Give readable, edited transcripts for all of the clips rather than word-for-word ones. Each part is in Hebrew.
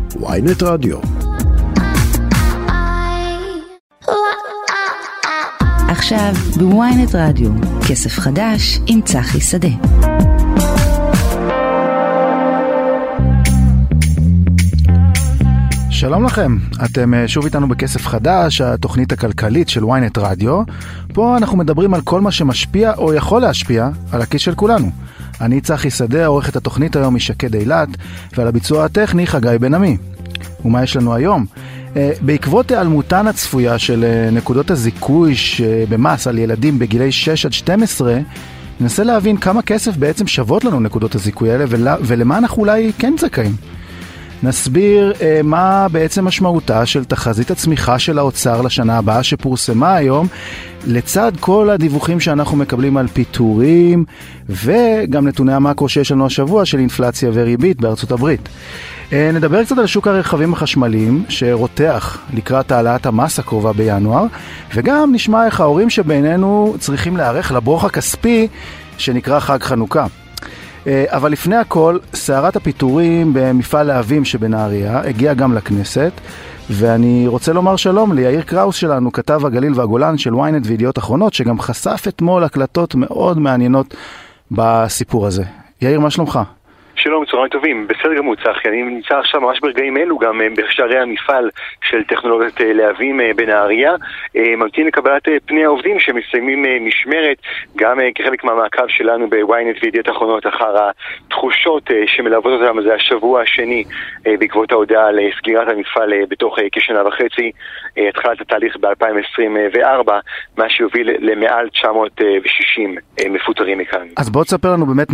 ynet רדיו. עכשיו בוויינט רדיו, כסף חדש עם צחי שדה. שלום לכם, אתם שוב איתנו בכסף חדש, התוכנית הכלכלית של ynet רדיו. פה אנחנו מדברים על כל מה שמשפיע או יכול להשפיע על הכיס של כולנו. אני צחי שדה, עורכת התוכנית היום משקד אילת, ועל הביצוע הטכני חגי בן עמי. ומה יש לנו היום? בעקבות העלמותן הצפויה של נקודות הזיכוי במס על ילדים בגילי 6 עד 12, ננסה להבין כמה כסף בעצם שוות לנו נקודות הזיכוי האלה ולמה אנחנו אולי כן זכאים. נסביר מה בעצם משמעותה של תחזית הצמיחה של האוצר לשנה הבאה שפורסמה היום, לצד כל הדיווחים שאנחנו מקבלים על פיטורים וגם נתוני המקרו שיש לנו השבוע של אינפלציה וריבית בארצות הברית. נדבר קצת על שוק הרכבים החשמליים שרותח לקראת העלאת המס הקרובה בינואר, וגם נשמע איך ההורים שבינינו צריכים להיערך לברוך הכספי שנקרא חג חנוכה. אבל לפני הכל, סערת הפיטורים במפעל להבים שבנהריה הגיעה גם לכנסת, ואני רוצה לומר שלום ליאיר קראוס שלנו, כתב הגליל והגולן של ynet וידיעות אחרונות, שגם חשף אתמול הקלטות מאוד מעניינות בסיפור הזה. יאיר, מה שלומך? שלום, צהריים טובים. בסדר גמור, צחי. אני נמצא עכשיו ממש ברגעים אלו גם בשערי המפעל של טכנולוגיית להבים בנהריה. ממתין לקבלת פני העובדים שמסיימים משמרת, גם כחלק מהמעקב שלנו בוויינט וידיעות אחרונות אחר התחושות שמלוות אותם. זה השבוע השני בעקבות ההודעה על סגירת המפעל בתוך כשנה וחצי, התחלת התהליך ב-2024, מה שיוביל למעל 960 מפוטרים מכאן. אז בוא תספר לנו באמת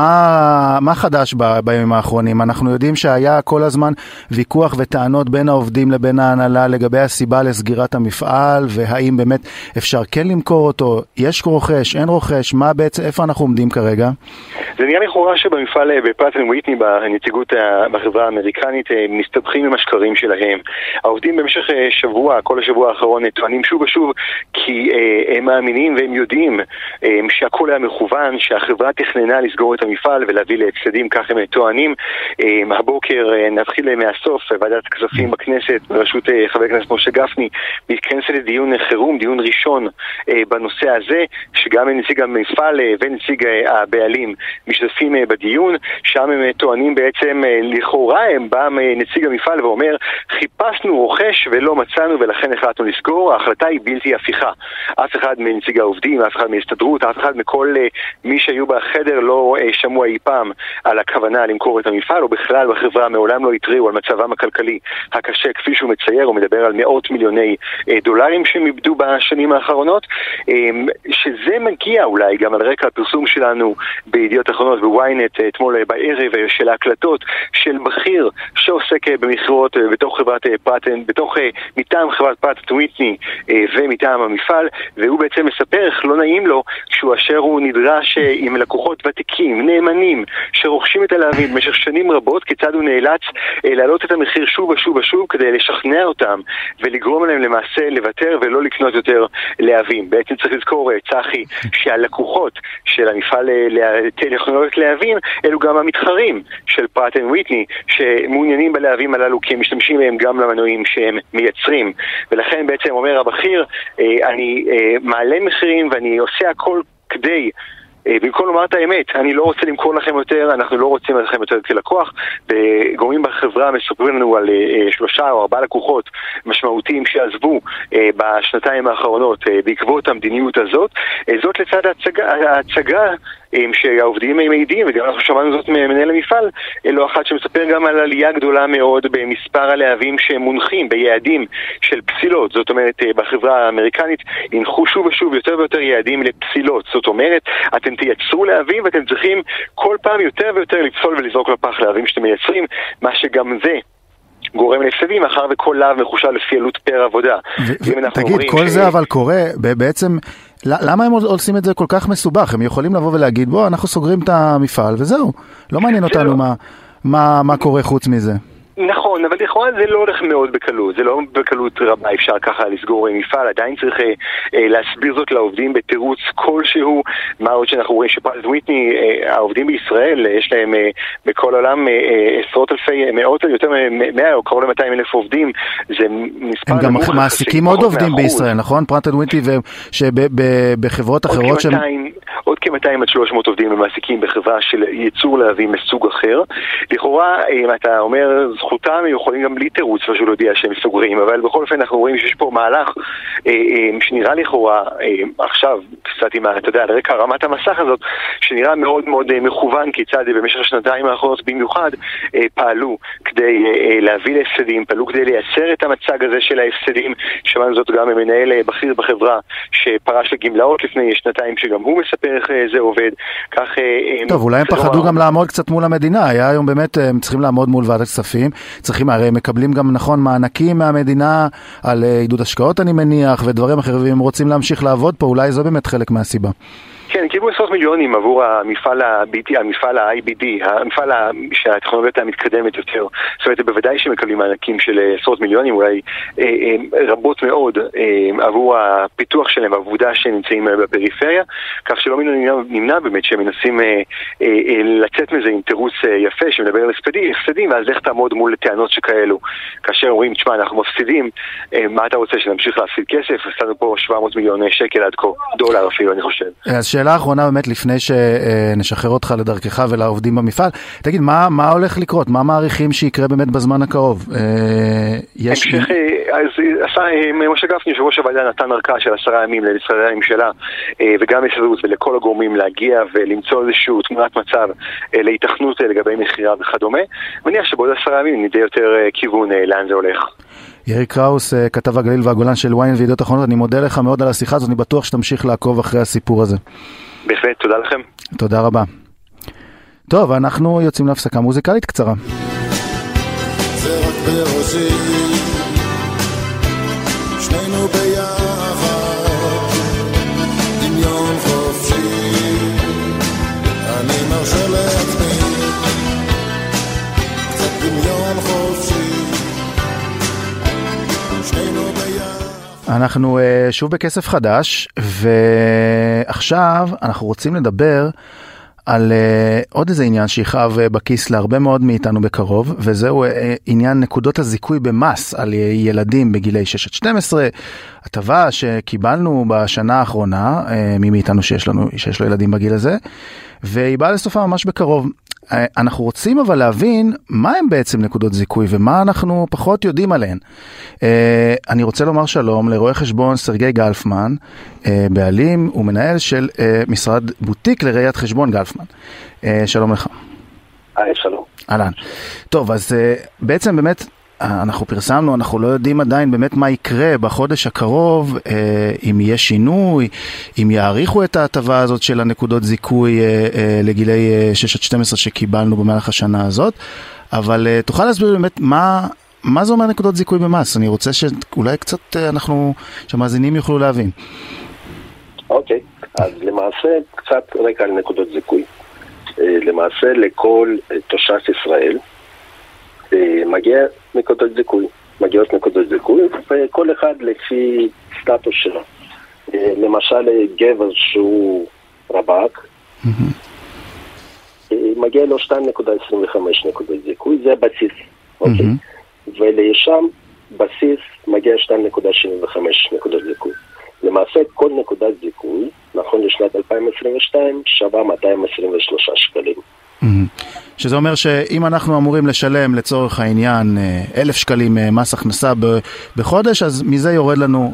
מה חדש בימים האחרונים. אנחנו יודעים שהיה כל הזמן ויכוח וטענות בין העובדים לבין ההנהלה לגבי הסיבה לסגירת המפעל, והאם באמת אפשר כן למכור אותו, יש רוכש, אין רוכש, מה בעצם, איפה אנחנו עומדים כרגע? זה נראה לכאורה שבמפעל בפראט אנד וויטני, בנציגות בחברה האמריקנית, מסתבכים עם השקרים שלהם. העובדים במשך שבוע, כל השבוע האחרון, טוענים שוב ושוב, כי הם מאמינים והם יודעים שהכל היה מכוון, שהחברה תכננה לסגור את המפעל ולהביא להפסדים, כך הם טוענים. הבוקר נתחיל מהסוף, ועדת הכספים בכנסת בראשות חבר הכנסת משה גפני מתכנסת לדיון חירום, דיון ראשון בנושא הזה, שגם נציג המפעל ונציג הבעלים משתתפים בדיון. שם הם טוענים בעצם, לכאורה הם בא נציג המפעל ואומר, חיפשנו רוכש ולא מצאנו ולכן החלטנו לסגור. ההחלטה היא בלתי הפיכה. אף אחד מנציג העובדים, אף אחד מהסתדרות, אף אחד מכל מי שהיו בחדר לא שמעו אי פעם על הכוונה למכור את המפעל, או בכלל בחברה מעולם לא התריעו על מצבם הכלכלי הקשה, כפי שהוא מצייר. הוא מדבר על מאות מיליוני דולרים שהם איבדו בשנים האחרונות, שזה מגיע אולי גם על רקע הפרסום שלנו בידיעות אחרונות בוויינט אתמול בערב של ההקלטות של בכיר שעוסק במכירות בתוך חברת פראט, מטעם חברת פראט אנד וויטני ומטעם המפעל, והוא בעצם מספר איך לא נעים לו אשר הוא נדרש עם לקוחות ותיקים, נאמנים, שרוכשים את הלהבים במשך שנים רבות, כיצד הוא נאלץ להעלות את המחיר שוב ושוב ושוב כדי לשכנע אותם ולגרום להם למעשה לוותר ולא לקנות יותר להבים. בעצם צריך לזכור, צחי, שהלקוחות של המפעל לטכנולוגיות להבים אלו גם המתחרים של פראט אנד וויטני, שמעוניינים בלהבים הללו כי הם משתמשים בהם גם למנועים שהם מייצרים. ולכן בעצם אומר הבכיר, אני מעלה מחירים ואני עושה הכל כדי, במקום לומר את האמת, אני לא רוצה למכור לכם יותר, אנחנו לא רוצים לכם יותר כלקוח. וגורמים בחברה מספרים לנו על 3 או 4 לקוחות משמעותיים שעזבו בשנתיים האחרונות בעקבות המדיניות הזאת. זאת לצד ההצגה שהעובדים מעידים, וגם אנחנו שמענו זאת ממנהל המפעל, לא אחת שמספר גם על עלייה גדולה מאוד במספר הלהבים שמונחים ביעדים של פסילות. זאת אומרת, בחברה האמריקנית ינחו שוב ושוב יותר ויותר יעדים לפסילות. זאת אומרת, אתם תייצרו להבים ואתם צריכים כל פעם יותר ויותר לפסול ולזרוק לפח להבים שאתם מייצרים, מה שגם זה גורם להפסדים, אחר וכל להב מחושב לפי עלות פר עבודה. תגיד, כל זה אבל קורה, בעצם, למה הם עושים את זה כל כך מסובך? הם יכולים לבוא ולהגיד, בוא, אנחנו סוגרים את המפעל וזהו. לא מעניין אותנו מה קורה חוץ מזה. נכון. נכון, אבל לכאורה זה לא הולך מאוד בקלות, זה לא בקלות רבה, אפשר ככה לסגור מפעל, עדיין צריך להסביר זאת לעובדים בתירוץ כלשהו, מה עוד שאנחנו רואים שפרט וויטני, העובדים בישראל, יש להם בכל העולם עשרות אלפי, מאות, יותר מ-100 או קרוב ל-200,000 עובדים, זה מספר הם גם מעסיקים עוד עובדים בישראל, נכון? פרט וויטני, שבחברות אחרות שהם... עוד כ-200 עד 300 עובדים ומעסיקים בחברה של ייצור להבים מסוג אחר. לכאורה, אם אתה אומר, זכותם, הם יכולים גם בלי תירוץ פשוט להודיע שהם סוגרים, אבל בכל אופן אנחנו רואים שיש פה מהלך שנראה לכאורה, עכשיו, קצת עם, אתה יודע, על רקע רמת המסך הזאת, שנראה מאוד מאוד מכוון, כיצד במשך השנתיים האחרונות במיוחד, פעלו כדי להביא להפסדים, פעלו כדי לייצר את המצג הזה של ההפסדים, שמענו זאת גם מנהל בכיר בחברה שפרש לגמלאות לפני שנתיים, שגם הוא מספר איך זה עובד. כך... טוב, אולי הם פחדו גם לעמוד קצת מול המדינה. היה היום באמת, הם צריכים לעמוד מול ועדת כספים. צריכים, הרי הם מקבלים גם, נכון, מענקים מהמדינה על עידוד השקעות, אני מניח, ודברים אחרים, והם רוצים להמשיך לעבוד פה. אולי זו באמת חלק מהסיבה. כן, קיבלו עשרות מיליונים עבור המפעל ה-IBD, המפעל שהטכנולוגיה המתקדמת יותר. זאת אומרת, בוודאי שמקבלים מענקים של עשרות מיליונים, אולי רבות מאוד, עבור הפיתוח שלהם, העבודה שנמצאים בפריפריה, כך שלא נמנע באמת שהם מנסים לצאת מזה עם תירוץ יפה, שמדבר על הפסדים, ואז איך תעמוד מול טענות שכאלו. כאשר אומרים, תשמע, אנחנו מפסידים, מה אתה רוצה, שנמשיך להפסיד כסף? עשינו פה 700 מיליון שקל עד כה, דולר אפילו, אני חושב. אז שאלה האחרונה באמת לפני שנשחרר אותך לדרכך ולעובדים במפעל, תגיד, מה הולך לקרות? מה מעריכים שיקרה באמת בזמן הקרוב? אז משה גפני, יושב ראש הוועדה, נתן ארכה של 10 ימים למשרדי הממשלה וגם להסתדרות ולכל הגורמים להגיע ולמצוא איזשהו תמונת מצב להתכנות לגבי מחירה וכדומה. מניח שבעוד 10 ימים נדע יותר כיוון לאן זה הולך. ירי קראוס, כתב הגליל והגולן של וויינט וידיעות אחרונות, אני מודה לך מאוד על השיחה הזאת, אני בטוח שתמשיך לעקוב אחרי הסיפור הזה. בהחלט, תודה לכם. תודה רבה. טוב, אנחנו יוצאים להפסקה מוזיקלית קצרה. זה רק בראשי, שנינו ביחד, דמיון חופשי, אני מרשה לעצמי, קצת דמיון חופשי. אנחנו שוב בכסף חדש, ועכשיו אנחנו רוצים לדבר על עוד איזה עניין שיחב בכיס להרבה מאוד מאיתנו בקרוב, וזהו עניין נקודות הזיכוי במס על ילדים בגילי 6 עד 12, הטבה שקיבלנו בשנה האחרונה, מי מאיתנו שיש לו ילדים בגיל הזה, והיא באה לסופה ממש בקרוב. אנחנו רוצים אבל להבין מה הם בעצם נקודות זיכוי ומה אנחנו פחות יודעים עליהן. אני רוצה לומר שלום לרואה חשבון סרגי גלפמן, בעלים ומנהל של משרד בוטיק לראיית חשבון גלפמן. שלום לך. שלום. אהלן. טוב, אז בעצם באמת אנחנו פרסמנו, אנחנו לא יודעים עדיין באמת מה יקרה בחודש הקרוב, אם יהיה שינוי, אם יעריכו את ההטבה הזאת של הנקודות זיכוי לגילי 6 עד 12 שקיבלנו במהלך השנה הזאת, אבל תוכל להסביר באמת מה זה אומר נקודות זיכוי במס? אני רוצה שאולי קצת שהמאזינים יוכלו להבין. אוקיי, אז למעשה קצת רקע על נקודות זיכוי. למעשה לכל תושב ישראל מגיעות נקודות זיכוי, וכל אחד לפי סטטוס שלו. למשל גבר שהוא רבק, מגיע לו 2.25 נקודות זיכוי, זה הבסיס, אוקיי? ולשם בסיס מגיע 2.75 נקודות זיכוי. למעשה כל נקודת זיכוי, נכון לשנת 2022, שווה 223 שקלים. שזה אומר שאם אנחנו אמורים לשלם לצורך העניין 1,000 שקלים מס הכנסה בחודש, אז מזה יורד לנו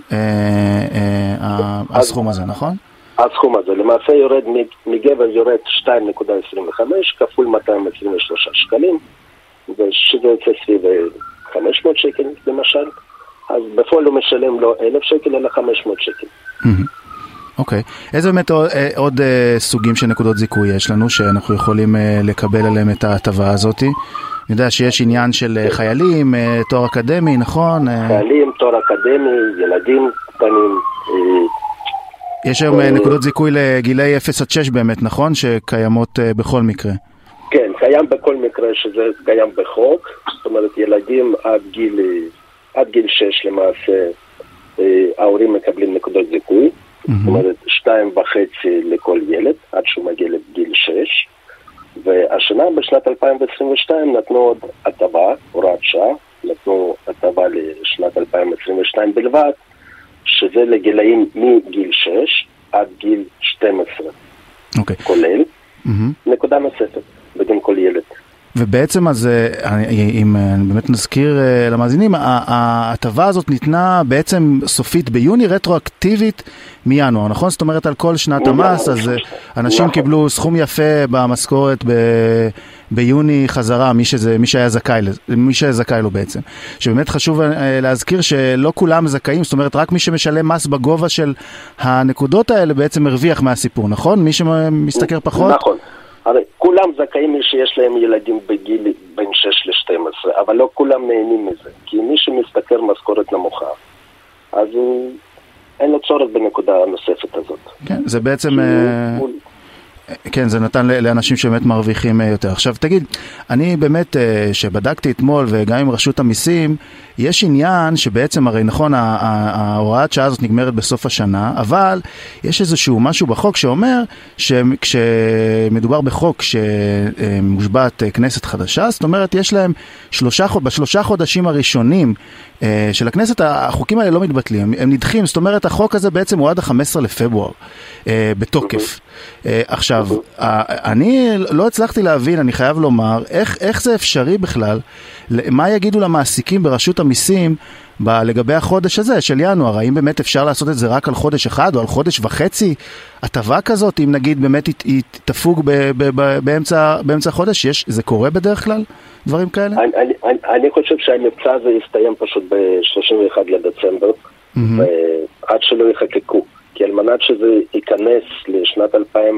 הסכום הזה, נכון? הסכום הזה, למעשה יורד, מגבר יורד 2.25 כפול 223 שקלים, ושזה יוצא סביב 500 שקל למשל, אז בפועל הוא משלם לו 1,000 שקל אלא 500 שקל. אוקיי. איזה באמת עוד סוגים של נקודות זיכוי יש לנו שאנחנו יכולים לקבל עליהם את ההטבה הזאת? אני יודע שיש עניין של חיילים, תואר אקדמי, נכון? חיילים, תואר אקדמי, ילדים קטנים. יש היום נקודות זיכוי לגילי 0 עד 6 באמת, נכון? שקיימות בכל מקרה. כן, קיים בכל מקרה שזה קיים בחוק, זאת אומרת ילדים עד גיל 6 למעשה ההורים מקבלים נקודות זיכוי, זאת אומרת 2.5 לכל ילד עד שהוא מגיע לגיל 6, והשנה בשנת 2022 נתנו עוד הטבה, הוראת שעה, נתנו הטבה לשנת 2022 בלבד, שזה לגילאים מגיל 6 עד גיל 12, כולל נקודה נוספת בגין כל ילד. ובעצם אז אם באמת נזכיר למאזינים, ההטבה הזאת ניתנה בעצם סופית ביוני, רטרואקטיבית מינואר, נכון? זאת אומרת על כל שנת המס, אז אנשים קיבלו סכום יפה במשכורת ביוני חזרה, מי שהיה זכאי לו בעצם. שבאמת חשוב להזכיר שלא כולם זכאים, זאת אומרת רק מי שמשלם מס בגובה של הנקודות האלה בעצם הרוויח מהסיפור, נכון? מי שמסתכר פחות? נכון. הרי כולם זכאים שיש להם ילדים בגיל בין 6 ל-12, אבל לא כולם נהנים מזה. כי מי שמסתכר משכורת נמוכה, אז אין לו צורך בנקודה הנוספת הזאת. כן, זה בעצם... כן, זה נתן לאנשים שבאמת מרוויחים יותר. עכשיו תגיד, אני באמת שבדקתי אתמול וגם עם רשות המיסים, יש עניין שבעצם הרי נכון ההוראת שעה הזאת נגמרת בסוף השנה, אבל יש איזשהו משהו בחוק שאומר שכשמדובר בחוק שמושבעת כנסת חדשה, זאת אומרת יש להם בשלושה חודשים הראשונים של הכנסת, החוקים האלה לא מתבטלים, הם נדחים, זאת אומרת החוק הזה בעצם הוא עד ה-15 לפברואר בתוקף. עכשיו, אני לא הצלחתי להבין, אני חייב לומר, איך זה אפשרי בכלל, מה יגידו למעסיקים ברשות המיסים לגבי החודש הזה של ינואר, האם באמת אפשר לעשות את זה רק על חודש אחד או על חודש וחצי, הטבה כזאת, אם נגיד באמת היא תפוג באמצע החודש, זה קורה בדרך כלל, דברים כאלה? אני חושב שהמבצע הזה יסתיים פשוט ב-31 לדצמבר, עד שלא יחקקו. כי על מנת שזה ייכנס לשנת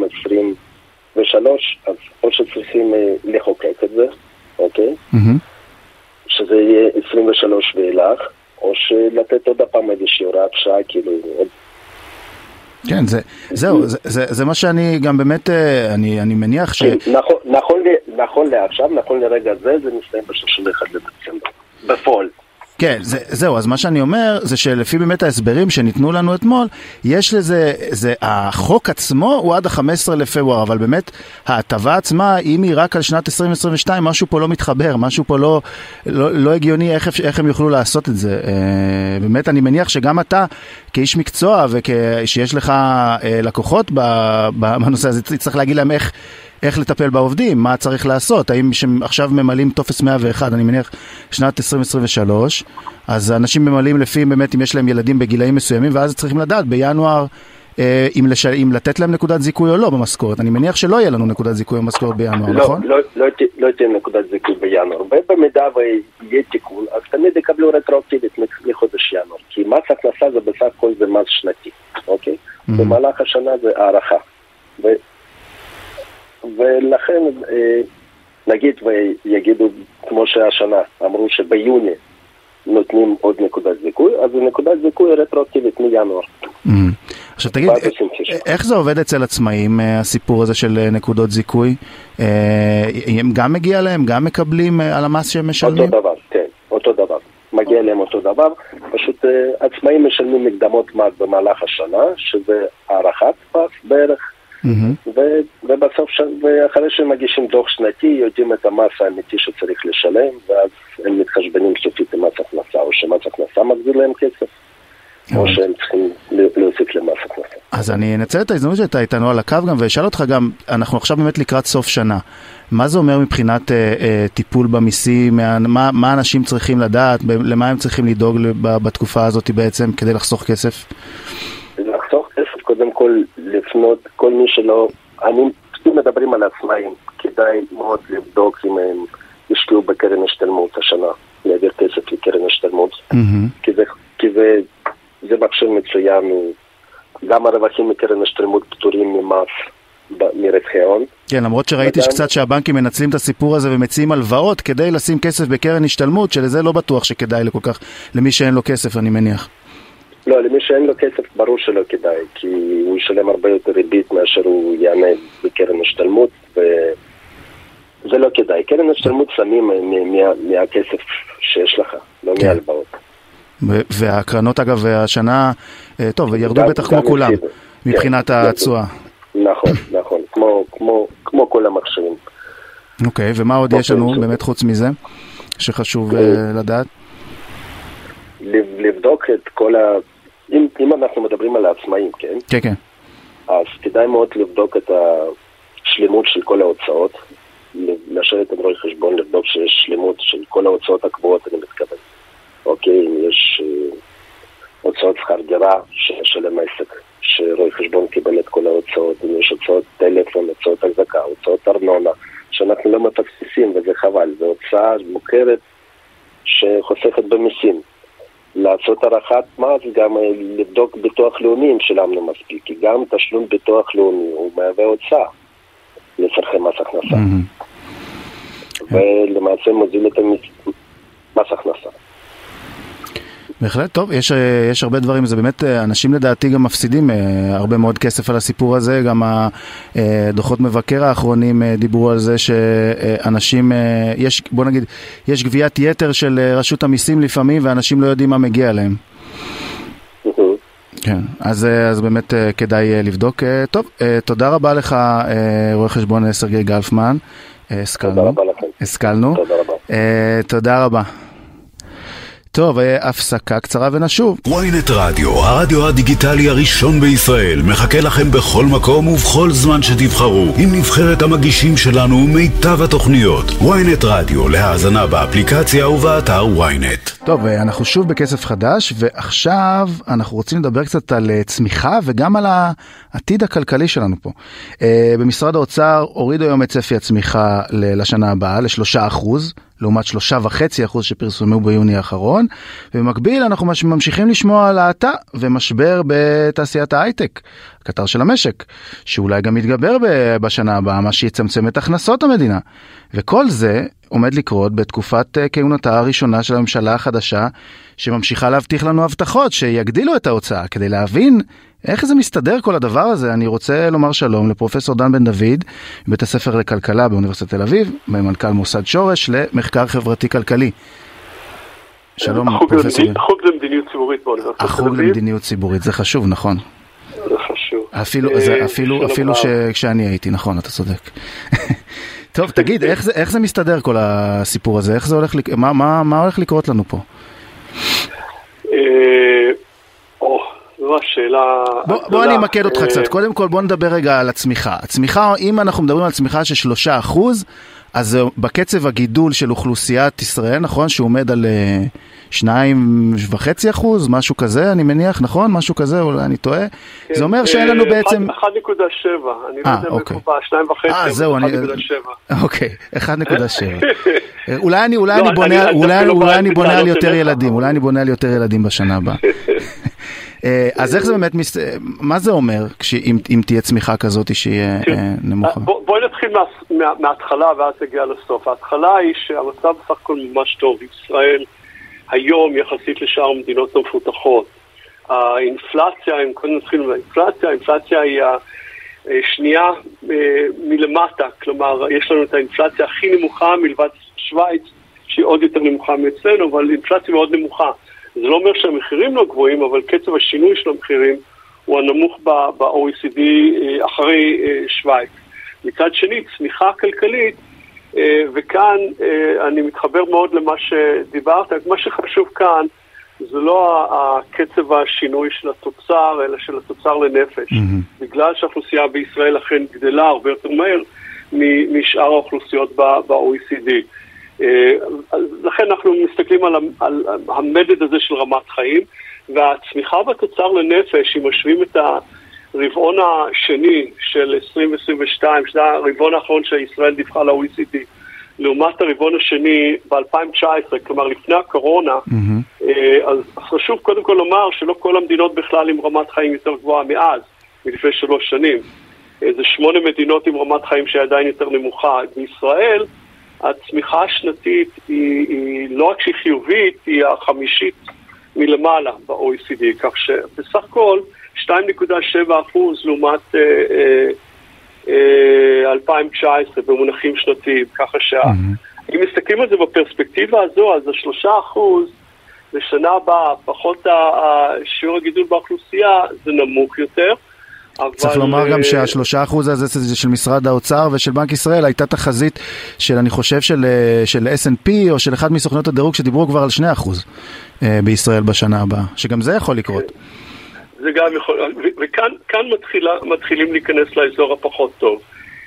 2023, אז או שצריכים לחוקק את זה, אוקיי? שזה יהיה 23 ואילך, או שלתת עוד הפעם איזושהי הוראת שעה, כאילו... כן, זהו, זה מה שאני גם באמת, אני מניח ש... נכון לעכשיו, נכון לרגע זה מסתיים ב-31 לדצמבר, בפועל. כן, זהו, אז מה שאני אומר זה שלפי באמת ההסברים שניתנו לנו אתמול, יש לזה, החוק עצמו הוא עד ה-15 לפברואר, אבל באמת ההטבה עצמה, אם היא רק על שנת 2022, משהו פה לא מתחבר, משהו פה לא הגיוני איך הם יוכלו לעשות את זה. באמת אני מניח שגם אתה, כאיש מקצוע וכשיש לך לקוחות בנושא הזה, צריך להגיד להם איך לטפל בעובדים, מה צריך לעשות, האם עכשיו ממלאים טופס 101, אני מניח שנת 2023, אז אנשים ממלאים לפי באמת אם יש להם ילדים בגילאים מסוימים, ואז צריכים לדעת בינואר אם לתת להם נקודת זיכוי או לא במשכורת. אני מניח שלא יהיה לנו נקודת זיכוי במשכורת בינואר, נכון? לא תהיה נקודת זיכוי בינואר, ובמידה ויהיה תיקון, אז תמיד יקבלו רטרואקטיבית מחודש ינואר, כי מס הכנסה זה בסך הכל זה מס שנתי, אוקיי? במהלך השנה זה הערכה. ולכן נגיד ויגידו כמו שהשנה אמרו שביוני נותנים עוד נקודת זיכוי, אז נקודת זיכוי רטרואקטיבית מינואר. עכשיו תגיד, איך זה עובד אצל עצמאים הסיפור הזה של נקודות זיכוי? הם גם מגיע להם, גם מקבלים על המס שהם משלמים? אותו דבר, כן, אותו דבר. מגיע להם אותו דבר, פשוט עצמאים משלמים מקדמות מס במהלך השנה, שזה הערכת מס בערך, ובסוף, ואחרי שהם מגישים דוח שנתי, יודעים את המס האמיתי שצריך לשלם, ואז הם מתחשבנים סופית עם מס הכנסה, או שמס הכנסה מחזיר להם כסף, או שהם צריכים להוסיף למס הכנסה. אז אני אנצל את ההזדמנות שאתה איתנו על הקו גם, ואשאל אותך גם, אנחנו עכשיו באמת לקראת סוף שנה, מה זה אומר מבחינת טיפול במיסים, מה אנשים צריכים לדעת, למה הם צריכים לדאוג בתקופה הזאת בעצם, כדי לחסוך כסף? לחסוך כסף, קודם כל לפנות, כל מי שלא, אני מדברים על עצמאים, כדאי מאוד לבדוק אם הם ישקיעו בקרן השתלמות השנה, להעביר כסף לקרן השתלמות, כי זה מכשיר מצוין, גם הרווחים מקרן השתלמות פטורים ממס מרווחי הון. כן, למרות שראיתי שקצת שהבנקים מנצלים את הסיפור הזה ומציעים הלוואות כדי לשים כסף בקרן השתלמות, שלזה לא בטוח שכדאי לכל כך, למי שאין לו כסף אני מניח. לא, למי שאין לו כסף ברור שלא כדאי, כי הוא ישלם הרבה יותר ריבית מאשר הוא יענה בקרן השתלמות, זה לא כדאי. קרן השתלמות שמים מהכסף שיש לך, לא מהלוואות. והקרנות אגב השנה, טוב, ירדו בטח כמו כולם, מבחינת התשואה. נכון, נכון, כמו כל המכשירים. אוקיי, ומה עוד יש לנו באמת חוץ מזה, שחשוב לדעת? לבדוק את כל אם אנחנו מדברים על העצמאים, כן? כן, כן. אז כדאי מאוד לבדוק את השלימות של כל ההוצאות, לשבת עם רואי חשבון, לבדוק שיש שלימות של כל ההוצאות הקבועות, אני מתכוון. אוקיי, אם יש הוצאות שכר דירה של העסק, שרואי חשבון קיבל את כל ההוצאות, אם יש הוצאות טלפון, הוצאות החזקה, הוצאות ארנונה, שאנחנו לא מפספסים, וזה חבל, זו הוצאה מוכרת שחוסכת במיסים. לעשות הערכת מס, גם לבדוק ביטוח לאומי אם שילמנו מספיק, כי גם תשלום ביטוח לאומי הוא מהווה הוצאה לצרכי מס הכנסה. ולמעשה מוזיל את מס הכנסה. בהחלט, טוב, יש הרבה דברים, זה באמת, אנשים לדעתי גם מפסידים הרבה מאוד כסף על הסיפור הזה, גם הדוחות מבקר האחרונים דיברו על זה שאנשים, בוא נגיד, יש גביית יתר של רשות המיסים לפעמים, ואנשים לא יודעים מה מגיע להם. כן, אז באמת כדאי לבדוק. טוב, תודה רבה לך, רואה חשבון סרגי גלפמן. השכלנו. תודה רבה. טוב, הפסקה קצרה ונשוב. ynet רדיו, הרדיו הדיגיטלי הראשון בישראל, מחכה לכם בכל מקום ובכל זמן שתבחרו, עם נבחרת המגישים שלנו ומיטב התוכניות. ynet רדיו, להאזנה באפליקציה ובאתר ynet. טוב, אנחנו שוב בכסף חדש, ועכשיו אנחנו רוצים לדבר קצת על צמיחה וגם על העתיד הכלכלי שלנו פה. במשרד האוצר הורידו היום את צפי הצמיחה לשנה הבאה ל3%, לעומת 3.5% שפרסמו ביוני האחרון, ובמקביל אנחנו ממשיכים לשמוע על האטה ומשבר בתעשיית ההייטק, הקטר של המשק, שאולי גם יתגבר בשנה הבאה, מה שיצמצם את הכנסות המדינה. וכל זה עומד לקרות בתקופת כהונתה הראשונה של הממשלה החדשה, שממשיכה להבטיח לנו הבטחות שיגדילו את ההוצאה. כדי להבין איך זה מסתדר כל הדבר הזה, אני רוצה לומר שלום לפרופסור דן בן דוד, מבית הספר לכלכלה באוניברסיטת תל אביב, מנכ"ל מוסד שורש למחקר חברתי כלכלי. שלום פרופסור. החוג למדיניות ציבורית באוניברסיטת תל אביב. החוג למדיניות ציבורית, זה חשוב, נכון. זה חשוב. אפילו כשאני הייתי, נכון, אתה צודק. טוב, תגיד, איך זה מסתדר כל הסיפור הזה? איך זה הולך, מה הולך לקרות לנו פה? זו השאלה... בוא אני אמקד אותך קצת. קודם כל בוא נדבר רגע על הצמיחה. הצמיחה, אם אנחנו מדברים על צמיחה של 3%, אז בקצב הגידול של אוכלוסיית ישראל, נכון, שהוא עומד על 2.5%, משהו כזה, אני מניח, נכון? משהו כזה, אולי אני טועה. זה אומר שאין לנו בעצם... 1.7, אני לא יודע מקופה, 2.5, 1.7. אוקיי, 1.7. אולי אני בונה על יותר ילדים, אולי אני בונה על יותר ילדים בשנה הבאה. אז איך זה באמת, מה זה אומר אם תהיה צמיחה כזאת שהיא נמוכה? בואי נתחיל מההתחלה ואז נגיע לסוף. ההתחלה היא שהמצב בסך הכל ממש טוב. ישראל היום יחסית לשאר המדינות המפותחות. האינפלציה, אם קודם נתחיל מהאינפלציה, האינפלציה היא השנייה מלמטה. כלומר, יש לנו את האינפלציה הכי נמוכה מלבד שוויץ, שהיא עוד יותר נמוכה מאצלנו, אבל אינפלציה מאוד נמוכה. זה לא אומר שהמחירים לא גבוהים, אבל קצב השינוי של המחירים הוא הנמוך ב-OECD אחרי שוויץ. מצד שני, צמיחה כלכלית, וכאן אני מתחבר מאוד למה שדיברת, מה שחשוב כאן זה לא הקצב השינוי של התוצר, אלא של התוצר לנפש. בגלל שהאוכלוסייה בישראל אכן גדלה הרבה יותר מהר משאר האוכלוסיות ב-OECD. לכן אנחנו מסתכלים על המדד הזה של רמת חיים, והצמיחה בתוצר לנפש, אם משווים את הרבעון השני של 2022, שזה הרבעון האחרון שישראל דיווחה ל-OECD, לעומת הרבעון השני ב-2019, כלומר לפני הקורונה, אז חשוב קודם כל לומר שלא כל המדינות בכלל עם רמת חיים יותר גבוהה מאז, מלפני 3 שנים. זה 8 מדינות עם רמת חיים שעדיין יותר נמוכה. בישראל, הצמיחה השנתית היא לא רק שהיא חיובית, היא החמישית מלמעלה ב-OECD, כך שבסך הכל 2.7% לעומת 2019 במונחים שנתיים, ככה אם מסתכלים על זה בפרספקטיבה הזו, אז 3% לשנה הבאה, פחות השיעור הגידול באוכלוסייה, זה נמוך יותר. צריך לומר גם שה3% הזה זה של משרד האוצר ושל בנק ישראל, הייתה תחזית של, אני חושב, של S&P או של אחד מסוכנות הדירוג שדיברו כבר על 2% בישראל בשנה הבאה, שגם זה יכול לקרות. זה גם יכול, וכאן מתחילים להיכנס לאזור הפחות טוב.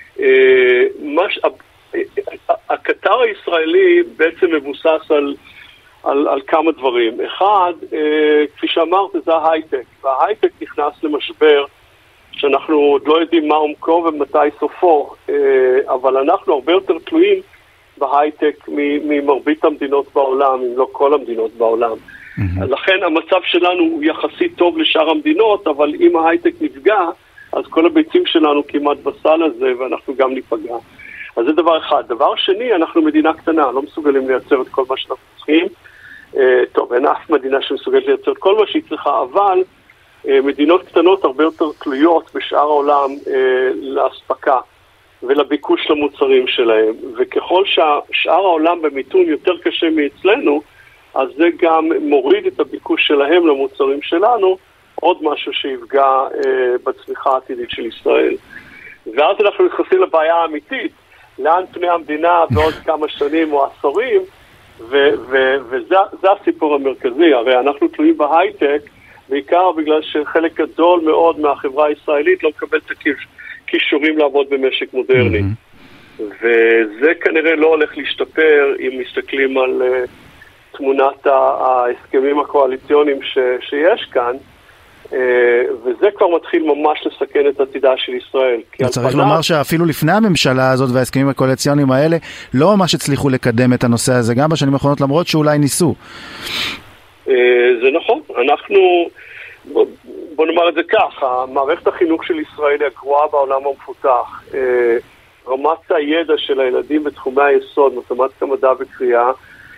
הקטר הישראלי בעצם מבוסס על כמה דברים. אחד, כפי שאמרת, זה ההייטק. וההייטק נכנס למשבר שאנחנו עוד לא יודעים מה עומקו ומתי סופו, אבל אנחנו הרבה יותר תלויים בהייטק ממרבית המדינות בעולם, אם לא כל המדינות בעולם. לכן המצב שלנו הוא יחסית טוב לשאר המדינות, אבל אם ההייטק נפגע, אז כל הביצים שלנו כמעט בסל הזה, ואנחנו גם ניפגע. אז זה דבר אחד. דבר שני, אנחנו מדינה קטנה, לא מסוגלים לייצר את כל מה שאנחנו צריכים. טוב, אין אף מדינה שמסוגלת לייצר את כל מה שהיא צריכה, אבל מדינות קטנות הרבה יותר תלויות בשאר העולם להספקה ולביקוש למוצרים שלהם. וככל ששאר העולם במיתון יותר קשה מאצלנו, אז זה גם מוריד את הביקוש שלהם למוצרים שלנו, עוד משהו שיפגע בצמיחה העתידית של ישראל. ואז אנחנו נכנסים לבעיה האמיתית, לאן פני המדינה בעוד כמה שנים או עשורים, וזה הסיפור המרכזי. הרי אנחנו תלויים בהייטק, בעיקר בגלל שחלק גדול מאוד מהחברה הישראלית לא מקבל את הכישורים לעבוד במשק מודרני. וזה כנראה לא הולך להשתפר אם מסתכלים על תמונת ההסכמים הקואליציוניים שיש כאן, וזה כבר מתחיל ממש לסכן את עתידה של ישראל. צריך לומר שאפילו לפני הממשלה הזאת וההסכמים הקואליציוניים האלה לא ממש הצליחו לקדם את הנושא הזה גם בשנים האחרונות, למרות שאולי ניסו. זה נכון. אנחנו, בוא נאמר את זה כך, מערכת החינוך של ישראל היא הגרועה בעולם המפותח. רמת הידע של הילדים בתחומי היסוד, מתמטיקה, מדע וקריאה,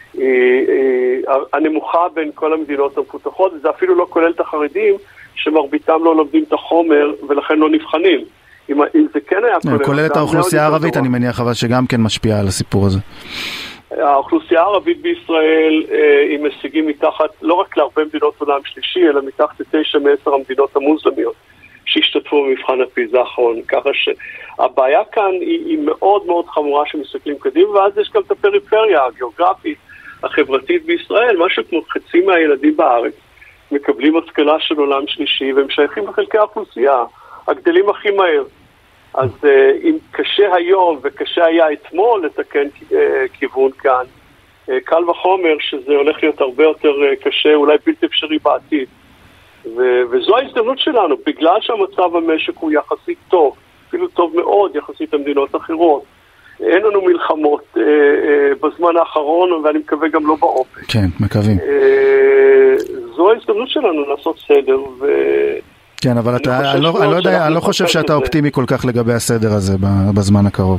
הנמוכה בין כל המדינות המפותחות, וזה אפילו לא כולל את החרדים, שמרביתם לא לומדים את החומר, ולכן לא נבחנים. אם זה כן היה כולל את האוכלוסייה הערבית, אני מניח, אבל שגם כן משפיע על הסיפור הזה. האוכלוסייה הערבית בישראל היא משיגים מתחת, לא רק להרבה מדינות עולם שלישי, אלא מתחת ל9 מ10 המדינות המוסלמיות שהשתתפו במבחן הפיזה האחרון. ככה שהבעיה כאן היא מאוד מאוד חמורה שמסתכלים קדימה, ואז יש גם את הפריפריה הגיאוגרפית, החברתית בישראל, משהו כמו חצי מהילדים בארץ מקבלים השכלה של עולם שלישי, והם שייכים לחלקי האוכלוסייה, הגדלים הכי מהר. אז אם קשה היום וקשה היה אתמול לתקן כיוון כאן, קל וחומר שזה הולך להיות הרבה יותר קשה, אולי בלתי אפשרי בעתיד. וזו ההזדמנות שלנו, בגלל שהמצב המשק הוא יחסית טוב, אפילו טוב מאוד יחסית למדינות אחרות. אין לנו מלחמות בזמן האחרון, ואני מקווה גם לא באופן. כן, מקווים. זו ההזדמנות שלנו לעשות סדר, כן, אבל אני לא חושב שאתה אופטימי כל כך לגבי הסדר הזה בזמן הקרוב.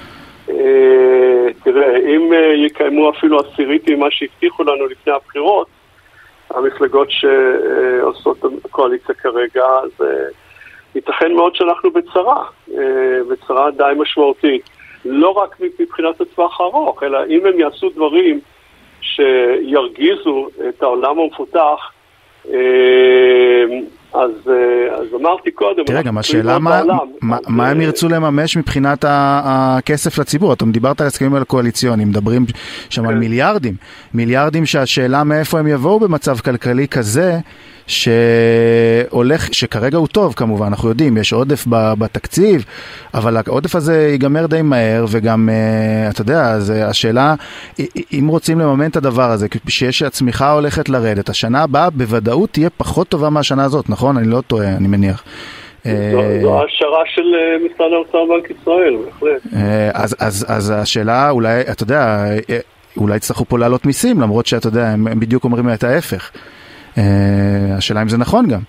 תראה, אם יקיימו אפילו עשירית ממה שהבטיחו לנו לפני הבחירות, המפלגות שעושות הקואליציה כרגע, אז ייתכן מאוד שאנחנו בצרה די משמעותית. לא רק מבחינת הטווח הארוך, אלא אם הם יעשו דברים שירגיזו את העולם המפותח, אז אמרתי קודם, תראה, גם השאלה מה הם ירצו לממש מבחינת הכסף לציבור. אתם דיברת על הסכמים הקואליציוניים, מדברים שם על מיליארדים שהשאלה מאיפה הם יבואו במצב כלכלי כזה שכרגע הוא טוב כמובן, אנחנו יודעים, יש עודף בתקציב, אבל העודף הזה ייגמר די מהר, וגם, אתה יודע, השאלה, אם רוצים לממן את הדבר הזה, שיש הצמיחה הולכת לרדת, השנה הבאה בוודאות תהיה פחות טובה מהשנה הזאת, נכון? אני לא טועה, אני מניח. זו השערה של משרד האוצר בנק ישראל, בהחלט. אז השאלה, אולי, אתה יודע, אולי יצטרכו פה לעלות מיסים, למרות שאתה יודע, הם בדיוק אומרים את ההפך. השאלה אם זה נכון גם.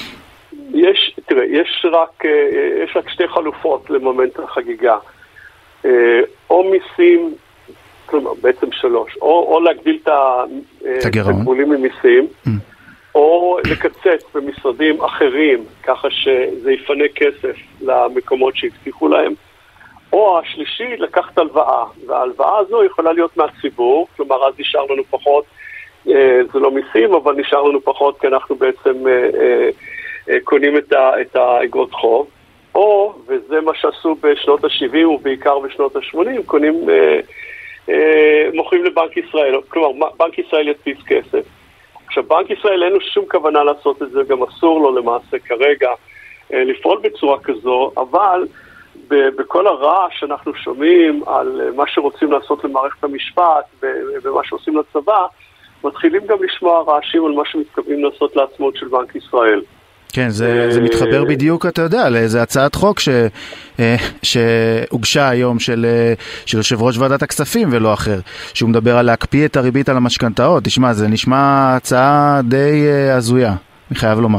יש רק שתי חלופות לממן את החגיגה. או מיסים, כלומר בעצם 3, או להגדיל את התגמולים ממיסים, או לקצץ במשרדים אחרים, ככה שזה יפנה כסף למקומות שהבטיחו להם, או השלישי, לקחת הלוואה, וההלוואה הזו יכולה להיות מהציבור, כלומר אז נשאר לנו פחות, זה לא מיסים, אבל נשאר לנו פחות כי אנחנו בעצם קונים את האגרות חוב, או, וזה מה שעשו בשנות ה-70 ובעיקר בשנות ה-80, מוכרים לבנק ישראל, כלומר בנק ישראל ידפיס כסף. עכשיו בנק ישראל אין לו שום כוונה לעשות את זה, גם אסור לו למעשה כרגע לפעול בצורה כזו, אבל בכל הרעש שאנחנו שומעים על מה שרוצים לעשות למערכת המשפט ומה שעושים לצבא, מתחילים גם לשמוע רעשים על מה שמתכוונים לעשות לעצמאות של בנק ישראל. כן, זה מתחבר בדיוק, אתה יודע, לאיזו הצעת חוק שהוגשה היום של יושב ראש ועדת הכספים ולא אחר, שהוא מדבר על להקפיא את הריבית על המשכנתאות. תשמע, זה נשמע הצעה די הזויה, אני חייב לומר.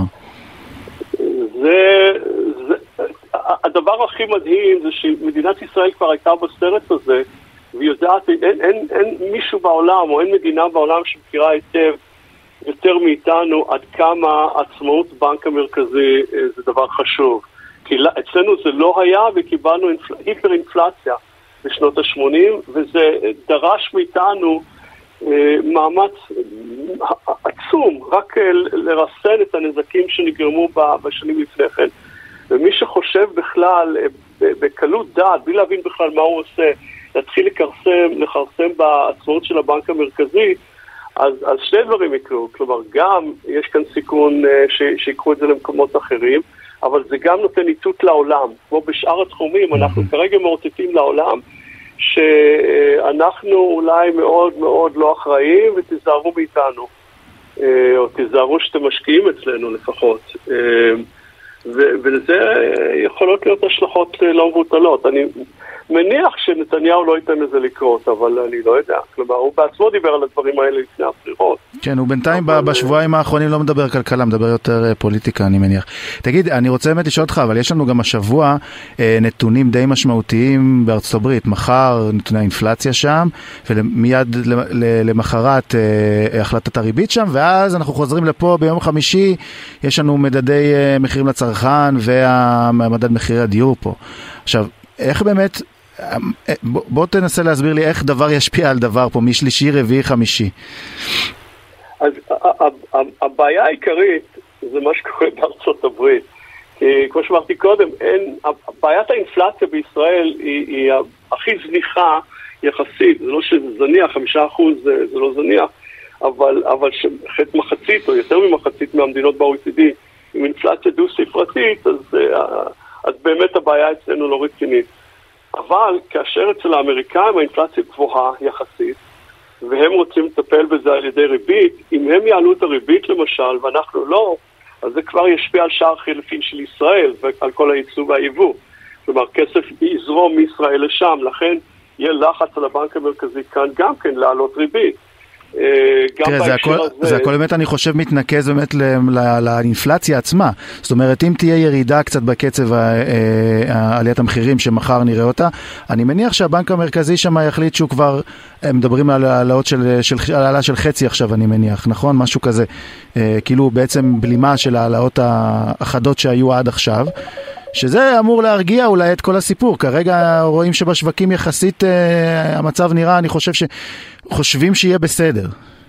הדבר הכי מדהים זה שמדינת ישראל כבר הייתה בסרט הזה, והיא יודעת, אין מישהו בעולם או אין מדינה בעולם שמכירה היטב יותר מאיתנו עד כמה עצמאות בנק המרכזי זה דבר חשוב. כי אצלנו זה לא היה וקיבלנו היפר-אינפלציה בשנות ה-80, וזה דרש מאיתנו מאמץ עצום רק לרסן את הנזקים שנגרמו בשנים לפני כן. ומי שחושב בכלל בקלות דעת, בלי להבין בכלל מה הוא עושה, להתחיל לכרסם בעצמאות של הבנק המרכזי, אז שני דברים יקרו. כלומר, גם יש כאן סיכון שיקחו את זה למקומות אחרים, אבל זה גם נותן איתות לעולם. כמו בשאר התחומים, אנחנו כרגע מאותתים לעולם שאנחנו אולי מאוד מאוד לא אחראים, ותיזהרו מאיתנו. או תיזהרו שאתם משקיעים אצלנו לפחות. ולזה יכולות להיות השלכות לא מבוטלות. אני מניח שנתניהו לא ייתן לזה לקרות, אבל אני לא יודע. כלומר, הוא בעצמו דיבר על הדברים האלה לפני הבחירות. כן, הוא בינתיים בשבועיים האחרונים לא מדבר כלכלה, מדבר יותר פוליטיקה, אני מניח. תגיד, אני רוצה באמת לשאול אותך, אבל יש לנו גם השבוע נתונים די משמעותיים בארצות הברית. מחר נתוני האינפלציה שם, ומיד למחרת החלטת הריבית שם, ואז אנחנו חוזרים לפה ביום חמישי, יש לנו מדדי מחירים לצרכן והמדד מחירי הדיור פה. עכשיו, איך באמת, בוא תנסה להסביר לי איך דבר ישפיע על דבר פה, משלישי, רביעי, חמישי. אז הבעיה העיקרית זה מה שקורה בארצות הברית. כי כמו שאמרתי קודם, בעיית האינפלציה בישראל היא הכי זניחה יחסית. זה לא שזה זניח, 5% זה לא זניח, אבל מחצית או יותר ממחצית מהמדינות ב-OECD עם אינפלציה דו-ספרתית, אז באמת הבעיה אצלנו לא רצינית. אבל כאשר אצל האמריקאים האינפלציה גבוהה יחסית, והם רוצים לטפל בזה על ידי ריבית, אם הם יעלו את הריבית למשל, ואנחנו לא, אז זה כבר ישפיע על שער חילופין של ישראל, ועל כל הייצוא והייבוא. כלומר, כסף יזרום מישראל לשם, לכן יהיה לחץ על הבנק המרכזי כאן גם כן לעלות ריבית. תראה, זה הכל באמת אני חושב מתנקז באמת לאינפלציה עצמה. זאת אומרת, אם תהיה ירידה קצת בקצב עליית המחירים שמחר נראה אותה, אני מניח שהבנק המרכזי שם יחליט שהוא כבר, מדברים על העלאה של חצי עכשיו, אני מניח, נכון? משהו כזה, כאילו בעצם בלימה של העלאות האחדות שהיו עד עכשיו, שזה אמור להרגיע אולי את כל הסיפור. כרגע רואים שבשווקים יחסית המצב נראה, אני חושב שחושבים שיהיה בסדר.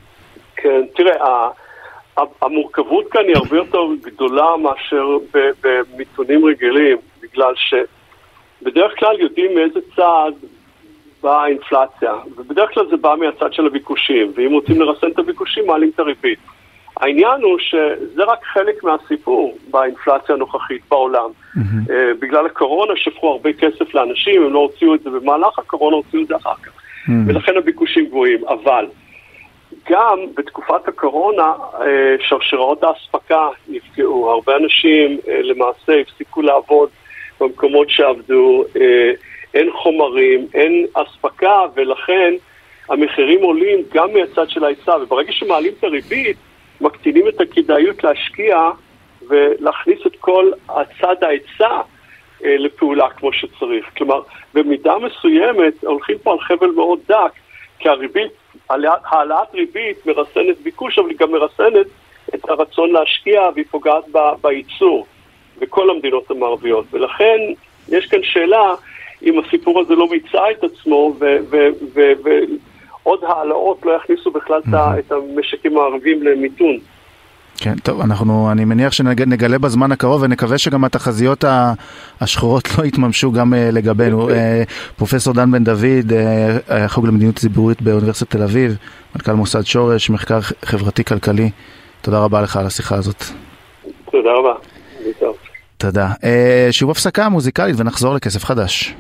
כן, תראה, המורכבות כאן היא הרבה יותר גדולה מאשר במיתונים רגילים, בגלל שבדרך כלל יודעים מאיזה צד באה האינפלציה, ובדרך כלל זה בא מהצד של הביקושים, ואם רוצים לרסן את הביקושים, מעלים את הריבית. העניין הוא שזה רק חלק מהסיפור באינפלציה הנוכחית בעולם. בגלל הקורונה שפכו הרבה כסף לאנשים, הם לא הוציאו את זה במהלך הקורונה, הוציאו את זה אחר כך. ולכן הביקושים גבוהים. אבל גם בתקופת הקורונה שרשראות האספקה נפגעו. הרבה אנשים למעשה הפסיקו לעבוד במקומות שעבדו, אין חומרים, אין אספקה, ולכן המחירים עולים גם מהצד של ההיצע. וברגע שמעלים את הריבית, מקטינים את הכדאיות להשקיע ולהכניס את כל הצד ההיצע לפעולה כמו שצריך. כלומר, במידה מסוימת הולכים פה על חבל מאוד דק, כי הריבית, העלאת ריבית מרסנת ביקוש, אבל היא גם מרסנת את הרצון להשקיע, והיא פוגעת בייצור בכל המדינות המערביות. ולכן יש כאן שאלה אם הסיפור הזה לא מיצה את עצמו, ועוד העלאות לא יכניסו בכלל את המשקים הערבים למיתון. כן, טוב, אני מניח שנגלה בזמן הקרוב, ונקווה שגם התחזיות השחורות לא יתממשו גם לגבינו. פרופסור דן בן דוד, חוג למדיניות ציבורית באוניברסיטת תל אביב, מנכ"ל מוסד שורש, מחקר חברתי-כלכלי. תודה רבה לך על השיחה הזאת. תודה רבה. תודה. שוב הפסקה מוזיקלית ונחזור לכסף חדש.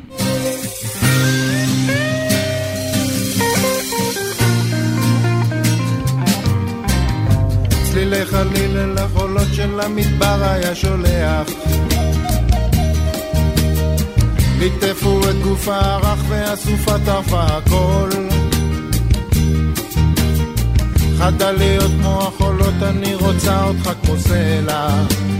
צלילי חליל אל החולות של המדבר היה שולח, ליטפו את גוף הערך והסופה טרפה הכל, חדה להיות כמו החולות, אני רוצה אותך כמו סלע,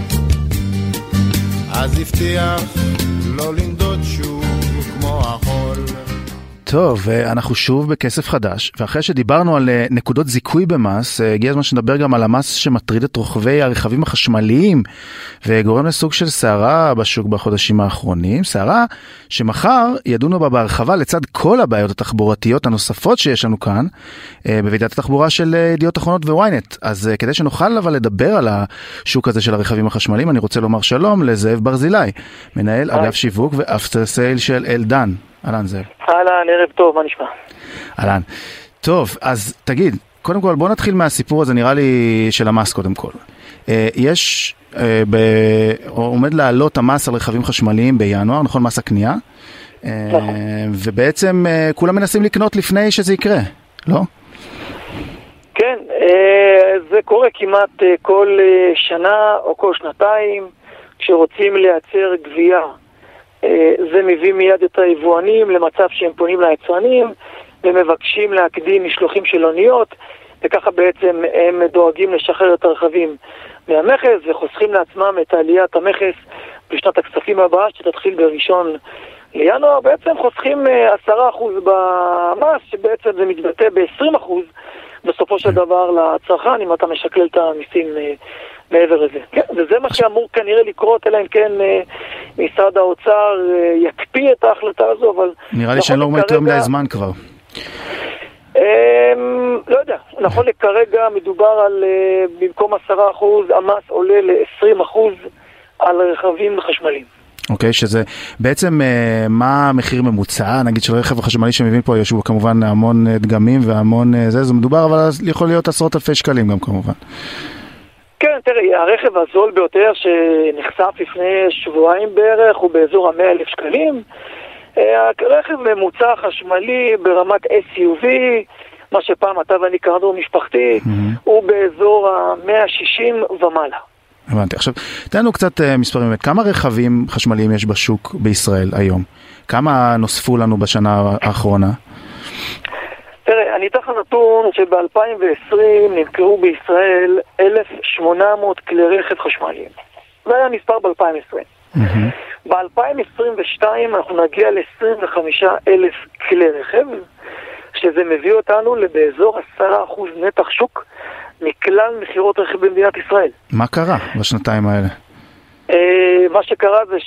אז הבטיח לא לנדוד שוב כמו החול. טוב, אנחנו שוב בכסף חדש, ואחרי שדיברנו על נקודות זיכוי במס, הגיע הזמן שנדבר גם על המס שמטריד את רוכבי הרכבים החשמליים, וגורם לסוג של סערה בשוק בחודשים האחרונים, סערה שמחר ידונו בה בהרחבה לצד כל הבעיות התחבורתיות הנוספות שיש לנו כאן, בוועידת התחבורה של ידיעות אחרונות וויינט. אז כדי שנוכל אבל לדבר על השוק הזה של הרכבים החשמליים, אני רוצה לומר שלום לזאב ברזילי, מנהל אגף שיווק ואפטר סייל של אלדן. אהלן זאב. אהלן, ערב טוב, מה נשמע? אהלן. טוב, אז תגיד, קודם כל בוא נתחיל מהסיפור הזה, נראה לי של המס קודם כל. יש, עומד לעלות המס על רכבים חשמליים בינואר, נכון? מס הקנייה. ובעצם כולם מנסים לקנות לפני שזה יקרה, לא? כן, זה קורה כמעט כל שנה או כל שנתיים, כשרוצים לייצר גבייה. זה מביא מיד את היבואנים למצב שהם פונים ליצרנים ומבקשים להקדים משלוחים של אוניות, וככה בעצם הם דואגים לשחרר את הרכבים מהמכס וחוסכים לעצמם את עליית המכס בשנת הכספים הבאה שתתחיל בראשון לינואר. בעצם חוסכים 10% במס, שבעצם זה מתבטא ב-20% בסופו של דבר לצרכן, אם אתה משקלל את המיסים מעבר לזה. כן, וזה מה שאמור כנראה לקרות, אלא אם כן משרד האוצר יקפיא את ההחלטה הזו, אבל... נראה לי שאני לא עומד יותר מדי זמן כבר. לא יודע, נכון לכרגע מדובר על במקום 10% המס עולה ל-20% על רכבים חשמליים. אוקיי, שזה בעצם מה המחיר ממוצע, נגיד של רכב החשמלי שמבין פה, יש בו כמובן המון דגמים והמון זה מדובר, אבל יכול להיות עשרות אלפי שקלים גם כמובן. כן, תראי, הרכב הזול ביותר שנחשף לפני שבועיים בערך הוא באזור ה-100,000 שקלים. רכב ממוצע חשמלי ברמת SUV, מה שפעם אתה ואני קראנו משפחתי, הוא באזור ה-160 ומעלה. הבנתי. עכשיו, תנו קצת מספרים. כמה רכבים חשמליים יש בשוק בישראל היום? כמה נוספו לנו בשנה האחרונה? תראה, אני אתן לך נתון שב-2020 נמכרו בישראל 1,800 כלי רכב חשמליים. זה היה מספר ב-2020. ב-2022 אנחנו נגיע ל-25,000 כלי רכב, שזה מביא אותנו באזור 10% נתח שוק מכלל מחירות רכב במדינת ישראל. מה קרה בשנתיים האלה? מה שקרה זה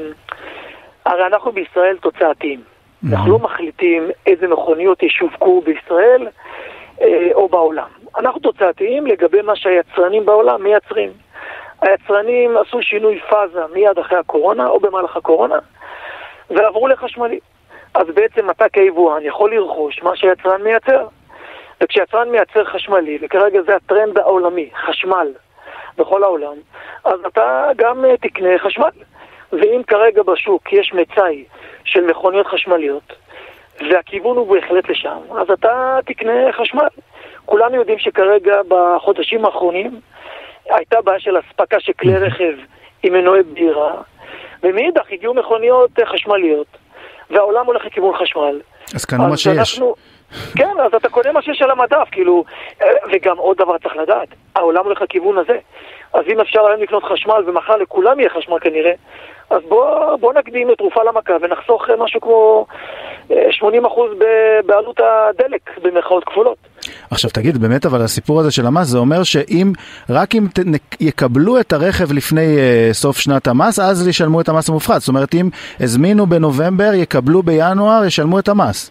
הרי אנחנו בישראל תוצאתיים. אנחנו לא מחליטים איזה מכוניות ישווקו בישראל או בעולם. אנחנו תוצאתיים לגבי מה שהיצרנים בעולם מייצרים. היצרנים עשו שינוי פאזה מיד אחרי הקורונה או במהלך הקורונה ועברו לחשמלי. אז בעצם אתה כיבואן יכול לרכוש מה שהיצרן מייצר. וכשיצרן מייצר חשמלי, וכרגע זה הטרנד העולמי, חשמל בכל העולם, אז אתה גם תקנה חשמל. ואם כרגע בשוק יש מצאי של מכוניות חשמליות, והכיוון הוא בהחלט לשם, אז אתה תקנה חשמל. כולנו יודעים שכרגע בחודשים האחרונים הייתה בעיה של הספקה של כלי רכב עם מנועי בירה, ומאידך הגיעו מכוניות חשמליות, והעולם הולך לכיוון חשמל. אז קנו מה שיש. כן, אז אתה קונה מה שיש על המדף, כאילו, וגם עוד דבר צריך לדעת, העולם הולך לכיוון הזה. אז אם אפשר היום לקנות חשמל ומחר לכולם יהיה חשמל כנראה, אז בוא נקדים את תרופה למכה ונחסוך משהו כמו 80% בעלות הדלק במרכאות כפולות. עכשיו תגיד, באמת אבל הסיפור הזה של המס, זה אומר שאם, רק אם יקבלו את הרכב לפני סוף שנת המס, אז ישלמו את המס המופחת. זאת אומרת, אם הזמינו בנובמבר, יקבלו בינואר, ישלמו את המס.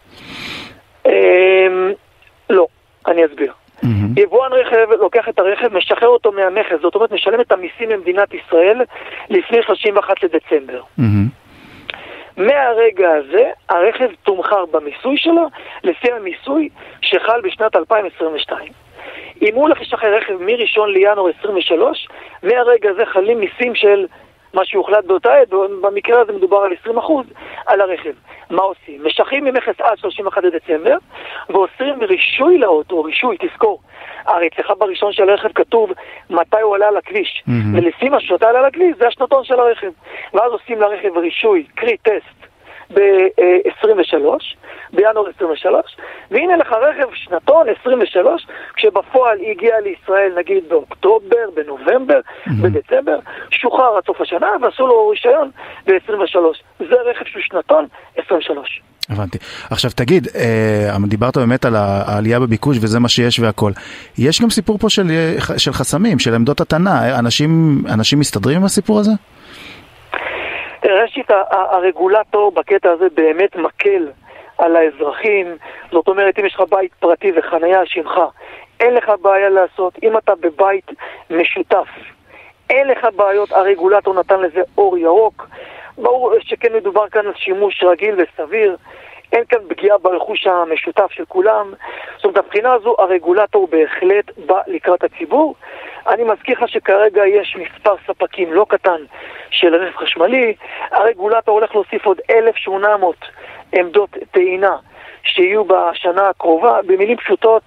לא, אני אסביר. יבואן רכב לוקח את הרכב, משחרר אותו מהמכס, זאת אומרת, משלם את המיסים במדינת ישראל לפני 31 לדצמבר. מהרגע הזה, הרכב תומחר במיסוי שלו, לפי המיסוי שחל בשנת 2022. אם הוא הולך לשחרר רכב מראשון לינואר 23, מהרגע הזה חלים מיסים של מה שהוחלט באותה עת, במקרה הזה מדובר על 20% על הרכב. מה עושים? משחררים ממכס עד 31 לדצמבר, ועושים רישוי לאוטו, רישוי, תזכור. הרי אצלך בראשון של הרכב כתוב מתי הוא עלה על הכביש, ולפי מה שאתה עלה על הכביש זה השנתון של הרכב. ואז עושים לרכב רישוי, קרי טסט, ב-23, בינואר 23, והנה לך רכב שנתון 23, כשבפועל הגיע לישראל נגיד באוקטובר, בנובמבר, בדצמבר, שוחרר עד סוף השנה ועשו לו רישיון ב-23. זה רכב שהוא שנתון 23. הבנתי. עכשיו תגיד, דיברת באמת על העלייה בביקוש וזה מה שיש והכל. יש גם סיפור פה של חסמים, של עמדות התנה. אנשים מסתדרים עם הסיפור הזה? ראשית, הרגולטור בקטע הזה באמת מקל על האזרחים. זאת אומרת, אם יש לך בית פרטי וחנייה על שמך, אין לך בעיה לעשות. אם אתה בבית משותף, אין לך בעיות. הרגולטור נתן לזה אור ירוק. ברור שכן מדובר כאן על שימוש רגיל וסביר. אין כאן פגיעה ברכוש המשותף של כולם. זאת אומרת, הבחינה הזו, הרגולטור בהחלט בא לקראת הציבור. אני מזכיר לך שכרגע יש מספר ספקים לא קטן של רכב חשמלי. הרגולטור הולך להוסיף עוד 1,800 עמדות טעינה שיהיו בשנה הקרובה. במילים פשוטות,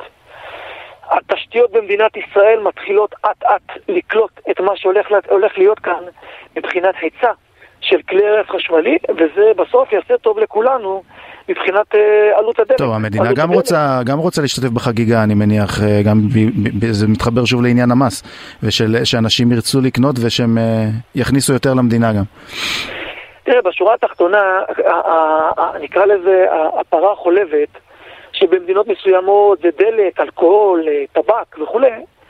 התשתיות במדינת ישראל מתחילות עט לקלוט את מה שהולך להיות כאן מבחינת היצע של כלי רכב חשמלי, וזה בסוף יעשה טוב לכולנו מבחינת עלות הדלק. טוב, המדינה גם רוצה להשתתף בחגיגה, אני מניח, גם זה מתחבר שוב לעניין המס, ושאנשים ירצו לקנות ושהם יכניסו יותר למדינה גם. תראה, בשורה התחתונה, נקרא לזה הפרה חולבת, שבמדינות מסוימות זה דלק, אלכוהול, טבק וכו',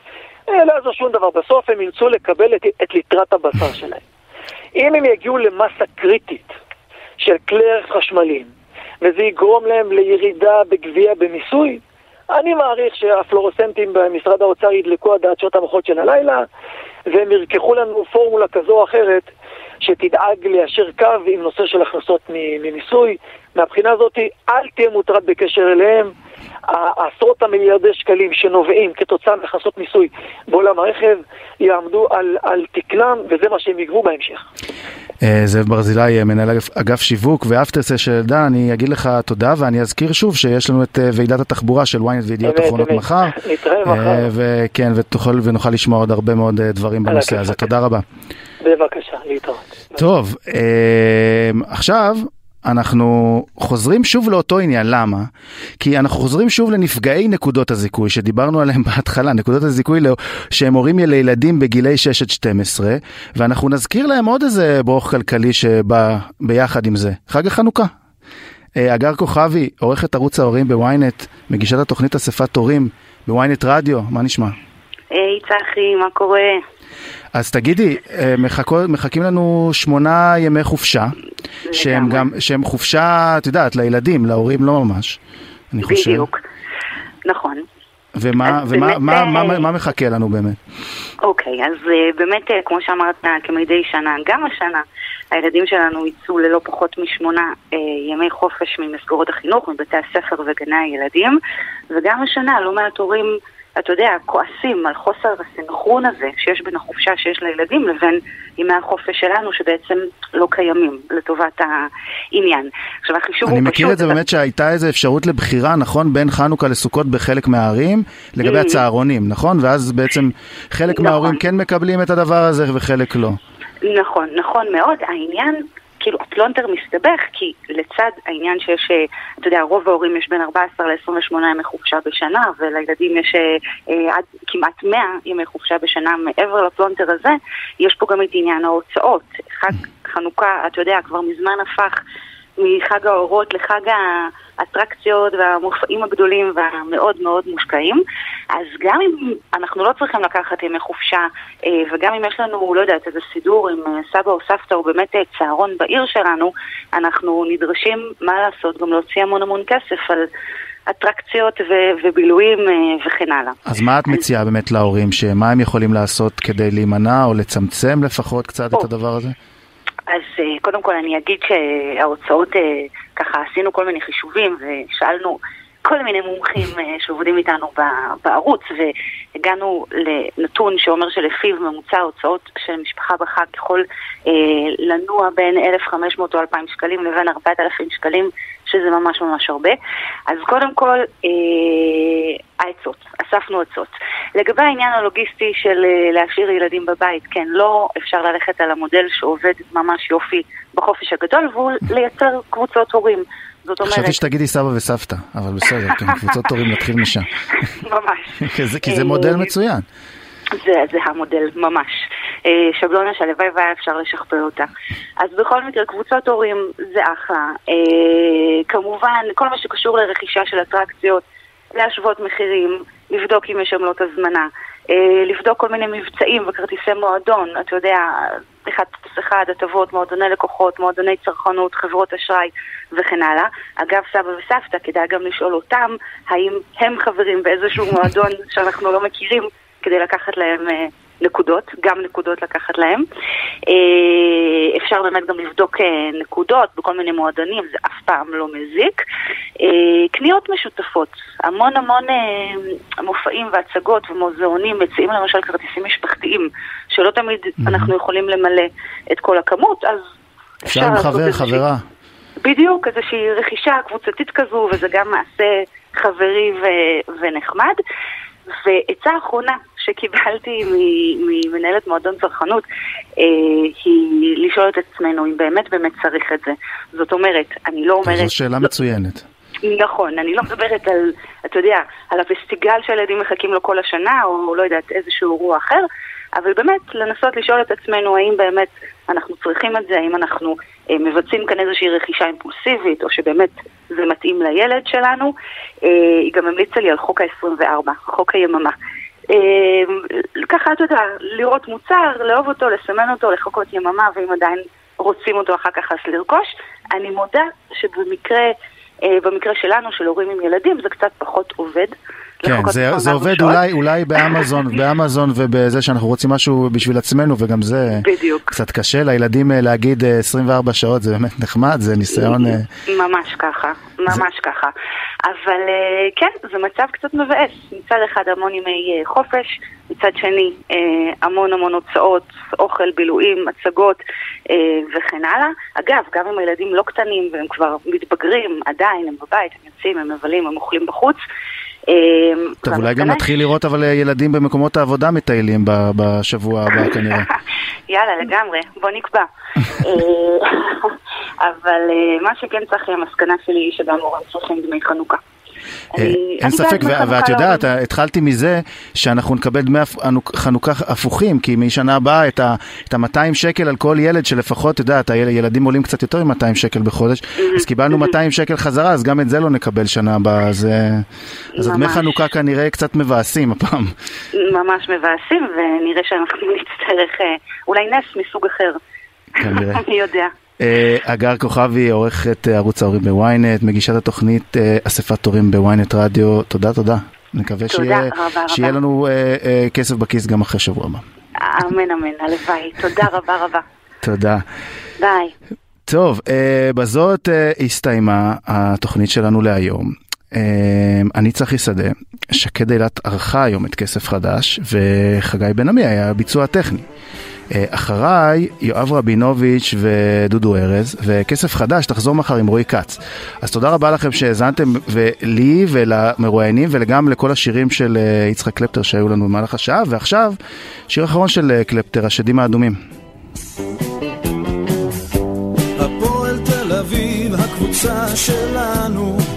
לא יעזור שום דבר. בסוף הם ירצו לקבל את ליטרת הבשר שלהם. אם הם יגיעו למסה קריטית של כלי רכב חשמליים, וזה יגרום להם לירידה בגבייה במיסוי, אני מעריך שהפלורוסנטים במשרד האוצר ידלקו עד שעות המחות של הלילה, והם ירקחו לנו פורמולה כזו או אחרת, שתדאג ליישר קו עם נושא של הכנסות ממיסוי. מהבחינה הזאת, אל תהיה מוטרד בקשר אליהם. העשרות המיליארדי שקלים שנובעים כתוצאה מהכנסות מיסוי בעולם הרכב יעמדו על תקנם, וזה מה שהם יגבו בהמשך. זאב ברזילי, מנהל אגף שיווק ואפטר של דן, אני אגיד לך תודה, ואני אזכיר שוב שיש לנו את ועידת התחבורה של ynet וידיעות אחרונות מחר. נתראה מחר. וכן, ונוכל לשמוע עוד הרבה מאוד דברים בנושא הזה. תודה רבה. בבקשה, להתראות. טוב, עכשיו אנחנו חוזרים שוב לאותו עניין. למה? כי אנחנו חוזרים שוב לנפגעי נקודות הזיכוי שדיברנו עליהם בהתחלה, נקודות הזיכוי שהם הורים לילדים בגילי 6 עד 12, ואנחנו נזכיר להם עוד איזה ברוך כלכלי שבא ביחד עם זה. חג החנוכה. אגר כוכבי, עורכת ערוץ ההורים בוויינט, מגישת התוכנית אספת הורים בוויינט רדיו, מה נשמע? היי צחי, מה קורה? אז תגידי, מחכים לנו 8 ימי חופשה, שהם חופשה, את יודעת, לילדים, להורים לא ממש, אני חושב. בדיוק, נכון. ומה מחכה לנו באמת? אוקיי, אז באמת, כמו שאמרת, כמדי שנה, גם השנה, הילדים שלנו יצאו ללא פחות מ8 ימי חופש ממסגרות החינוך, מבתי הספר וגני הילדים, וגם השנה, לא מעט הורים, אתה יודע, כועסים על חוסר הסנכרון הזה שיש בין החופשה שיש לילדים לבין ימי החופש שלנו שבעצם לא קיימים לטובת העניין. עכשיו החישוב הוא פשוט... אני מכיר את זה באמת שהייתה איזו אפשרות לבחירה, נכון, בין חנוכה לסוכות בחלק מהערים לגבי הצהרונים, נכון? ואז בעצם חלק מההורים כן מקבלים את הדבר הזה וחלק לא. נכון מאוד. העניין... כאילו, הפלונטר מסתבך, כי לצד העניין שיש, אתה יודע, רוב ההורים יש בין 14 ל-28 ימי חופשה בשנה, ולילדים יש עד כמעט 100 ימי חופשה בשנה מעבר לפלונטר הזה, יש פה גם את עניין ההוצאות. חג חנוכה, אתה יודע, כבר מזמן הפך מחג האורות לחג האטרקציות והמופעים הגדולים והמאוד מאוד מושקעים. אז גם אם אנחנו לא צריכים לקחת ימי חופשה, וגם אם יש לנו, לא יודעת, איזה סידור עם סבא או סבתא או באמת צהרון בעיר שלנו, אנחנו נדרשים, מה לעשות, גם להוציא המון כסף על אטרקציות ובילויים וכן הלאה. אז מה את מציעה באמת להורים, שמה הם יכולים לעשות כדי להימנע או לצמצם לפחות קצת את הדבר הזה? אז קודם כל אני אגיד שההוצאות, ככה עשינו כל מיני חישובים ושאלנו כל מיני מומחים שעובדים איתנו בערוץ, והגענו לנתון שאומר שלפיו ממוצע ההוצאות של משפחה בחג יכול לנוע בין 1,500 או 2,000 שקלים לבין 4,000 שקלים, שזה ממש הרבה. אז קודם כל, העצות, אספנו עצות. לגבי העניין הלוגיסטי של להשאיר ילדים בבית, כן, לא אפשר ללכת על המודל שעובד ממש יופי בחופש הגדול, והוא לייצר קבוצות הורים. זאת אומרת... חשבתי שתגידי סבא וסבתא, אבל בסדר, קבוצות הורים נתחיל משם. ממש. כי זה מודל מצוין. זה המודל, ממש. שבלונה שהלוואי והיה אפשר לשכפל אותה. אז בכל מקרה, קבוצות הורים זה אחלה. כמובן, כל מה שקשור לרכישה של אטרקציות, להשוות מחירים, לבדוק אם יש עמלות הזמנה, לבדוק כל מיני מבצעים וכרטיסי מועדון, אתה יודע, 1+1, הטבות, מועדוני לקוחות, מועדוני צרכנות, חברות אשראי וכן הלאה. אגב, סבא וסבתא, כדאי גם לשאול אותם, האם הם חברים באיזשהו מועדון שאנחנו לא מכירים, כדי לקחת להם נקודות, גם נקודות לקחת להם. אפשר באמת גם לבדוק נקודות בכל מיני מועדונים, זה אף פעם לא מזיק. קניות משותפות, המון מופעים והצגות ומוזיאונים מציעים למשל כרטיסים משפחתיים, שלא תמיד אנחנו יכולים למלא את כל הכמות, אז אפשר עם חברה. בדיוק, איזושהי רכישה קבוצתית כזו, וזה גם מעשה חברי ונחמד. ועצה האחרונה שקיבלתי ממנהלת מועדון צרכנות היא לשאול את עצמנו אם באמת צריך את זה. זאת אומרת, אני לא אומרת... זו שאלה מצוינת. נכון, אני לא מדברת על, אתה יודע, על הפסטיגל שהילדים מחכים לו כל השנה, או לא יודעת, איזשהו אירוע אחר, אבל באמת לנסות לשאול את עצמנו האם באמת אנחנו צריכים את זה, האם אנחנו מבצעים כאן איזושהי רכישה אימפולסיבית, או שבאמת זה מתאים לילד שלנו. היא גם המליצה לי על חוק ה-24, חוק היממה. ככה, אתה יודע, לראות מוצר, לאהוב אותו, לסמן אותו, לחכות יממה, ואם עדיין רוצים אותו אחר כך אז לרכוש. אני מודה במקרה שלנו, של הורים עם ילדים, זה קצת פחות עובד. כן, זה עובד אולי באמזון ובזה שאנחנו רוצים משהו בשביל עצמנו, וגם זה קצת קשה לילדים להגיד 24 שעות, זה באמת נחמד, זה ניסיון... ממש ככה. אבל כן, זה מצב קצת מבאס. מצד אחד המון ימי חופש, מצד שני המון הוצאות, אוכל, בילויים, הצגות וכן הלאה. אגב, גם אם הילדים לא קטנים והם כבר מתבגרים, עדיין הם בבית, הם יוצאים, הם מבלים, הם אוכלים בחוץ. טוב, אולי גם נתחיל לראות אבל ילדים במקומות העבודה מטיילים בשבוע הבא כנראה. יאללה, לגמרי, בוא נקבע. אבל מה שכן צריך, המסקנה שלי היא שגם הורים צריכים דמי חנוכה. אין ספק, ואת יודעת, התחלתי מזה שאנחנו נקבל דמי חנוכה הפוכים, כי משנה הבאה את ה-200 שקל על כל ילד, שלפחות, יודעת, הילדים עולים קצת יותר מ-200 שקל בחודש, אז קיבלנו 200 שקל חזרה, אז גם את זה לא נקבל שנה הבאה, אז הדמי חנוכה כנראה קצת מבאסים הפעם. ממש מבאסים, ונראה שאנחנו נצטרך אולי נס מסוג אחר. כנראה. מי יודע. אגר כוכבי, עורכת ערוץ ההורים בוויינט, מגישת התוכנית אספת הורים בוויינט רדיו. תודה. נקווה שיהיה לנו כסף בכיס גם אחרי שבוע הבא. אמן, הלוואי. תודה רבה. תודה. ביי. טוב, בזאת הסתיימה התוכנית שלנו להיום. אני צחי שדה, שקד אילת ערכה היום את כסף חדש, וחגי בן עמי היה ביצוע טכני. אחריי יואב רבינוביץ' ודודו ארז, וכסף חדש תחזור מחר עם רועי קץ. אז תודה רבה לכם שהזנתם, ולי ולמרואיינים וגם לכל השירים של יצחק קלפטר שהיו לנו במהלך השעה. ועכשיו שיר אחרון של קלפטר, השדים האדומים. הפועל תל אביב, הקבוצה שלנו,